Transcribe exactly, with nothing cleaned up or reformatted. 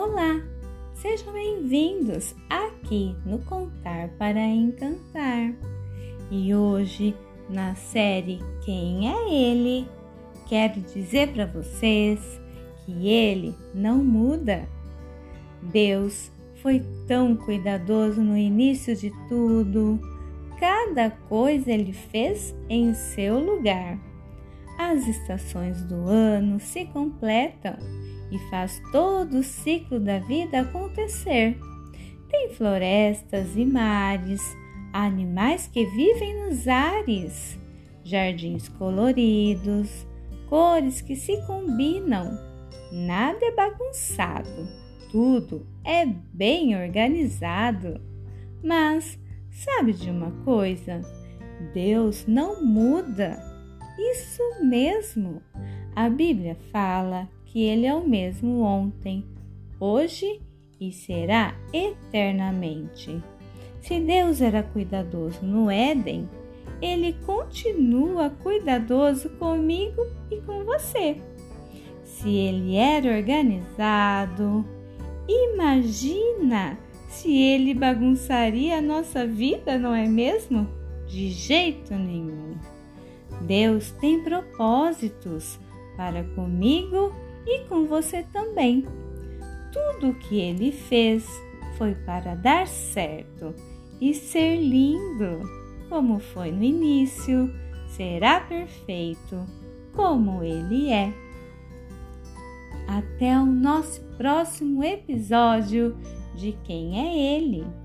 Olá, sejam bem-vindos aqui no Contar para Encantar. E hoje, na série Quem é Ele, quero dizer para vocês que Ele não muda. Deus foi tão cuidadoso no início de tudo. Cada coisa Ele fez em seu lugar. As estações do ano se completam e faz todo o ciclo da vida acontecer. Tem florestas e mares, animais que vivem nos ares, jardins coloridos, cores que se combinam. Nada é bagunçado, tudo é bem organizado. Mas sabe de uma coisa? Deus não muda. Isso mesmo! A Bíblia fala que Ele é o mesmo ontem, hoje e será eternamente. Se Deus era cuidadoso no Éden, Ele continua cuidadoso comigo e com você. Se Ele era organizado, imagina se Ele bagunçaria a nossa vida, não é mesmo? De jeito nenhum. Deus tem propósitos para comigo e com você também. Tudo o que Ele fez foi para dar certo e ser lindo. Como foi no início, será perfeito, como Ele é. Até o nosso próximo episódio de Quem é Ele.